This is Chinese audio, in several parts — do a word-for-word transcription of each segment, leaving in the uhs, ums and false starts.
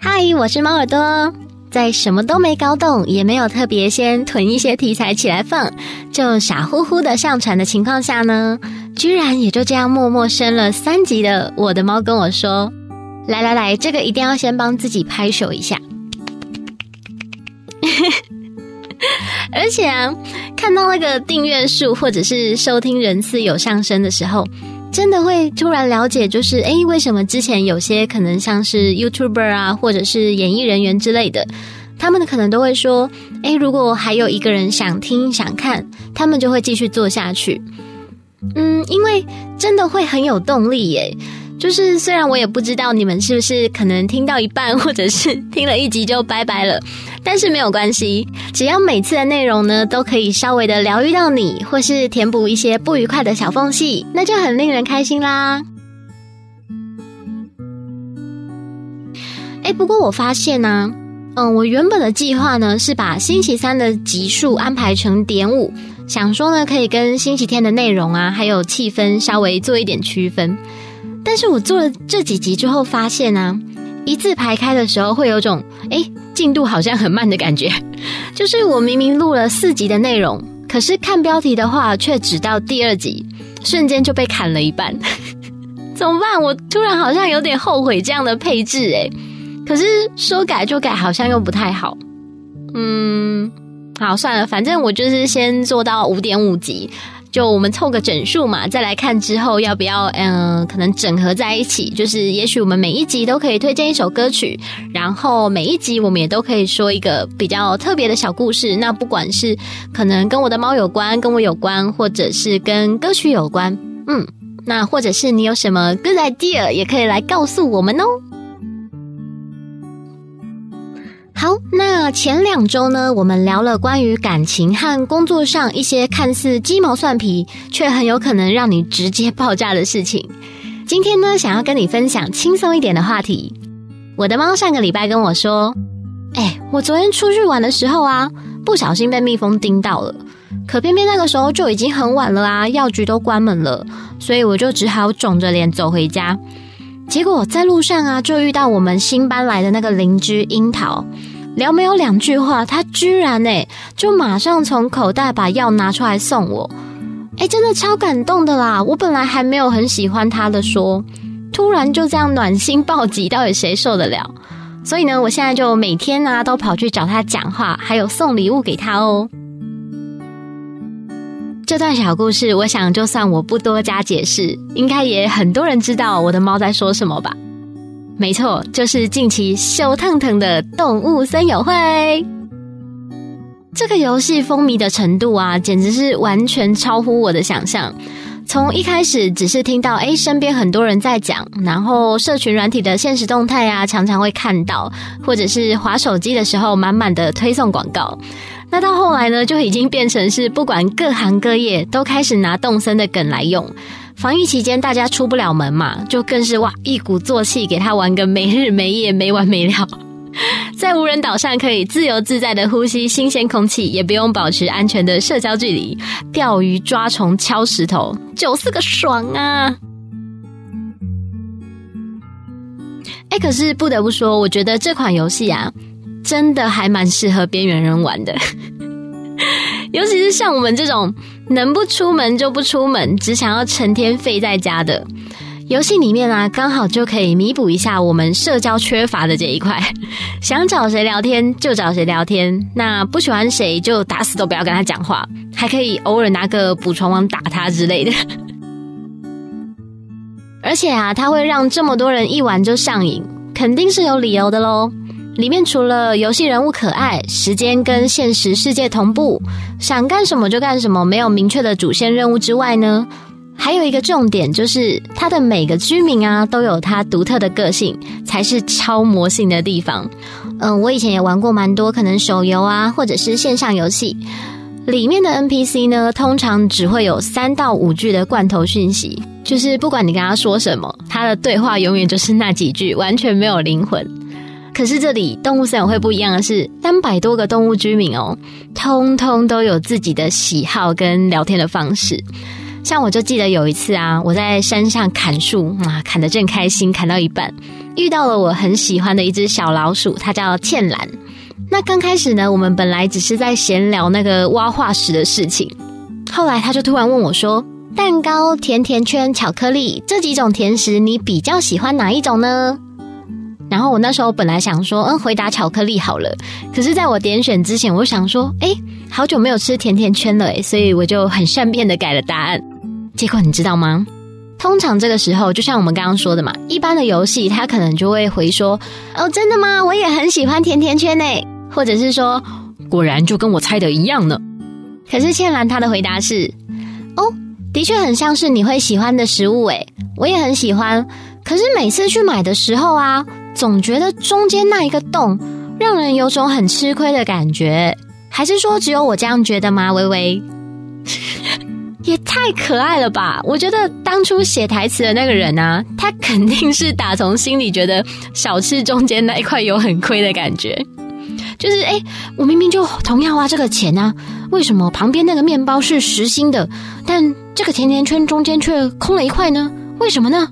嗨，我是猫耳朵。在什么都没搞懂，也没有特别先囤一些题材起来放，就傻乎乎的上传的情况下呢，居然也就这样默默生了三集的我的猫跟我说，来来来，这个一定要先帮自己拍手一下。而且啊，看到那个订阅数或者是收听人次有上升的时候，真的会突然了解，就是诶，为什么之前有些可能像是 YouTuber 啊，或者是演艺人员之类的，他们可能都会说，诶，如果还有一个人想听想看，他们就会继续做下去。嗯，因为真的会很有动力耶。就是虽然我也不知道你们是不是可能听到一半，或者是听了一集就拜拜了，但是没有关系，只要每次的内容呢都可以稍微的疗愈到你，或是填补一些不愉快的小缝隙，那就很令人开心啦。诶，不过我发现啊，嗯，我原本的计划呢是把星期三的集数安排成点五，想说呢可以跟星期天的内容啊还有气氛稍微做一点区分。但是我做了这几集之后发现啊，一字排开的时候会有种诶进度好像很慢的感觉，就是我明明录了四集的内容，可是看标题的话却只到第二集，瞬间就被砍了一半。怎么办？我突然好像有点后悔这样的配置诶，可是说改就改好像又不太好。嗯，好算了，反正我就是先做到 五点五 集，就我们凑个整数嘛，再来看之后要不要嗯、呃，可能整合在一起，就是也许我们每一集都可以推荐一首歌曲，然后每一集我们也都可以说一个比较特别的小故事，那不管是可能跟我的猫有关，跟我有关，或者是跟歌曲有关，嗯，那或者是你有什么 good idea 也可以来告诉我们哦。好，那前两周呢，我们聊了关于感情和工作上一些看似鸡毛蒜皮，却很有可能让你直接爆炸的事情。今天呢，想要跟你分享轻松一点的话题。我的猫上个礼拜跟我说，哎，我昨天出去玩的时候啊，不小心被蜜蜂叮到了，可偏偏那个时候就已经很晚了啊，药局都关门了，所以我就只好肿着脸走回家。结果在路上啊，就遇到我们新搬来的那个邻居樱桃，聊没有两句话，他居然欸就马上从口袋把药拿出来送我。欸，真的超感动的啦，我本来还没有很喜欢他的说，突然就这样暖心暴击，到底谁受得了？所以呢，我现在就每天啊都跑去找他讲话，还有送礼物给他哦。这段小故事我想就算我不多加解释，应该也很多人知道我的猫在说什么吧。没错，就是近期秀腾腾的动物森友会。这个游戏风靡的程度啊，简直是完全超乎我的想象。从一开始只是听到诶身边很多人在讲，然后社群软体的限时动态啊常常会看到，或者是滑手机的时候满满的推送广告。那到后来呢，就已经变成是不管各行各业都开始拿动森的梗来用。防疫期间大家出不了门嘛，就更是哇一鼓作气给他玩个没日没夜没完没了。在无人岛上可以自由自在的呼吸新鲜空气，也不用保持安全的社交距离，钓鱼抓虫敲石头，就是个爽啊。欸，可是不得不说，我觉得这款游戏啊真的还蛮适合边缘人玩的。尤其是像我们这种能不出门就不出门，只想要成天废在家的，游戏里面啊刚好就可以弥补一下我们社交缺乏的这一块。想找谁聊天就找谁聊天，那不喜欢谁就打死都不要跟他讲话，还可以偶尔拿个捕虫网打他之类的。而且啊它会让这么多人一玩就上瘾，肯定是有理由的咯。里面除了游戏人物可爱，时间跟现实世界同步，想干什么就干什么，没有明确的主线任务之外呢，还有一个重点就是它的每个居民啊都有它独特的个性，才是超魔性的地方。嗯，我以前也玩过蛮多可能手游啊或者是线上游戏，里面的 N P C 呢通常只会有三到五句的罐头讯息，就是不管你跟他说什么，他的对话永远就是那几句，完全没有灵魂。可是这里动物森友会不一样的是，三百多个动物居民哦，通通都有自己的喜好跟聊天的方式。 像我就记得有一次啊，我在山上砍树啊，砍得正开心，砍到一半遇到了我很喜欢的一只小老鼠，它叫茜兰。那刚开始呢，我们本来只是在闲聊那个挖化石的事情，后来它就突然问我说，蛋糕、甜甜圈、巧克力这几种甜食你比较喜欢哪一种呢？然后我那时候本来想说嗯，回答巧克力好了，可是在我点选之前我就想说诶，好久没有吃甜甜圈了诶，所以我就很善变的改了答案。结果你知道吗？通常这个时候就像我们刚刚说的嘛，一般的游戏他可能就会回说哦，真的吗？我也很喜欢甜甜圈诶，或者是说果然就跟我猜的一样呢。可是茜兰她的回答是哦，的确很像是你会喜欢的食物诶，我也很喜欢，可是每次去买的时候啊，总觉得中间那一个洞让人有种很吃亏的感觉。还是说只有我这样觉得吗？微微也太可爱了吧！我觉得当初写台词的那个人啊，他肯定是打从心里觉得少吃中间那一块有很亏的感觉。就是诶，我明明就同样花这个钱啊，为什么旁边那个面包是实心的，但这个甜甜圈中间却空了一块呢？为什么呢？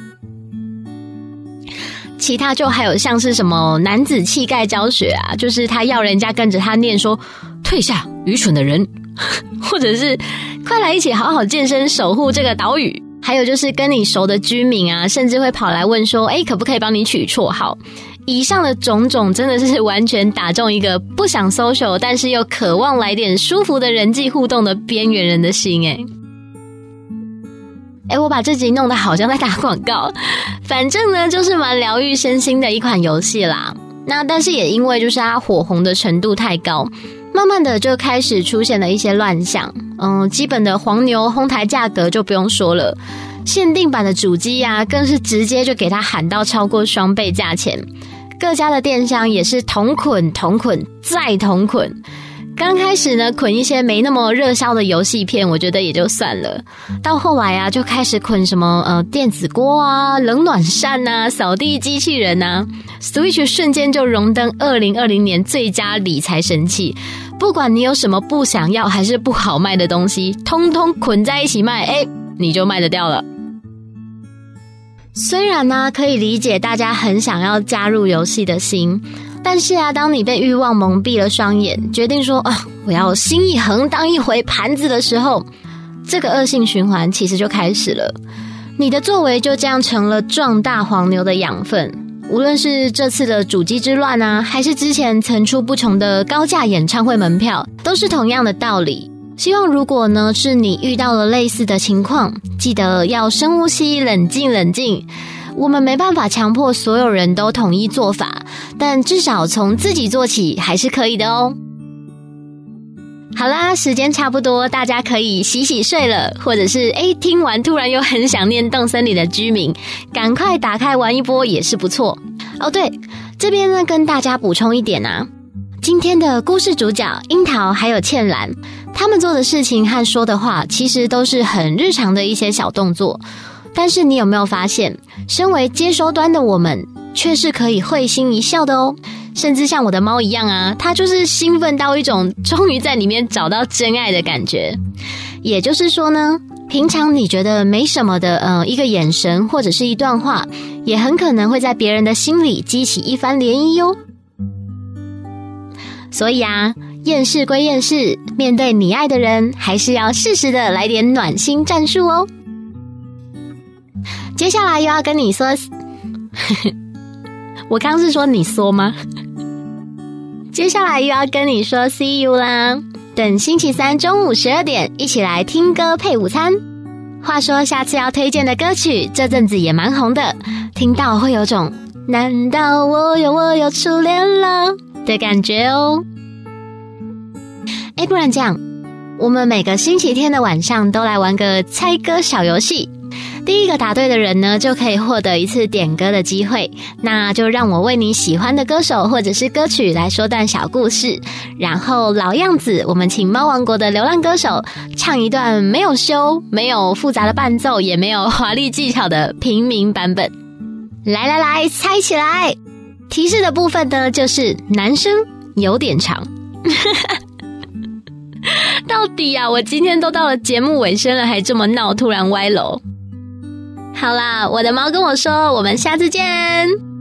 其他就还有像是什么男子气概教学啊，就是他要人家跟着他念说退下愚蠢的人，或者是快来一起好好健身守护这个岛屿。还有就是跟你熟的居民啊，甚至会跑来问说诶，可不可以帮你取绰号。以上的种种真的是完全打中一个不想 social 但是又渴望来点舒服的人际互动的边缘人的心诶。诶，我把这集弄得好像在打广告，反正呢就是蛮疗愈身心的一款游戏啦。那但是也因为就是它火红的程度太高，慢慢的就开始出现了一些乱象。嗯，基本的黄牛哄抬价格就不用说了，限定版的主机啊更是直接就给它喊到超过双倍价钱。各家的电商也是同捆同捆再同捆。刚开始呢，捆一些没那么热销的游戏片，我觉得也就算了。到后来啊，就开始捆什么呃电子锅啊、冷暖扇啊、扫地机器人啊。Switch 瞬间就荣登二零二零年最佳理财神器。不管你有什么不想要还是不好卖的东西，通通捆在一起卖，诶，你就卖得掉了。虽然呢，可以理解大家很想要加入游戏的心。但是啊，当你被欲望蒙蔽了双眼，决定说啊，我要心一横当一回盘子的时候，这个恶性循环其实就开始了。你的作为就这样成了壮大黄牛的养分。无论是这次的主机之乱啊，还是之前层出不穷的高价演唱会门票，都是同样的道理。希望如果呢是你遇到了类似的情况，记得要深呼吸，冷静冷静。我们没办法强迫所有人都统一做法，但至少从自己做起还是可以的哦。好啦，时间差不多，大家可以洗洗睡了，或者是诶听完突然又很想念动森里的居民，赶快打开玩一波也是不错。哦对，这边呢跟大家补充一点啊，今天的故事主角樱桃还有茜兰，他们做的事情和说的话其实都是很日常的一些小动作。但是你有没有发现，身为接收端的我们却是可以会心一笑的哦，甚至像我的猫一样啊，它就是兴奋到一种终于在里面找到真爱的感觉。也就是说呢，平常你觉得没什么的呃一个眼神或者是一段话，也很可能会在别人的心里激起一番涟漪哟。所以啊，厌世归厌世，面对你爱的人还是要适时的来点暖心战术哦。接下来又要跟你说我刚是说你说吗接下来又要跟你说 see you 啦，等星期三中午十二点一起来听歌配午餐。话说下次要推荐的歌曲这阵子也蛮红的，听到会有种难道我有我有初恋了的感觉哦。诶，不然这样，我们每个星期天的晚上都来玩个猜歌小游戏，第一个答对的人呢，就可以获得一次点歌的机会。那就让我为你喜欢的歌手或者是歌曲来说段小故事，然后老样子，我们请猫王国的流浪歌手唱一段没有修、没有复杂的伴奏，也没有华丽技巧的平民版本。来来来，猜起来！提示的部分呢，就是男生有点长。 到底啊，我今天都到了节目尾声了，还这么闹，突然歪楼。好啦，我的猫跟我说，我们下次见。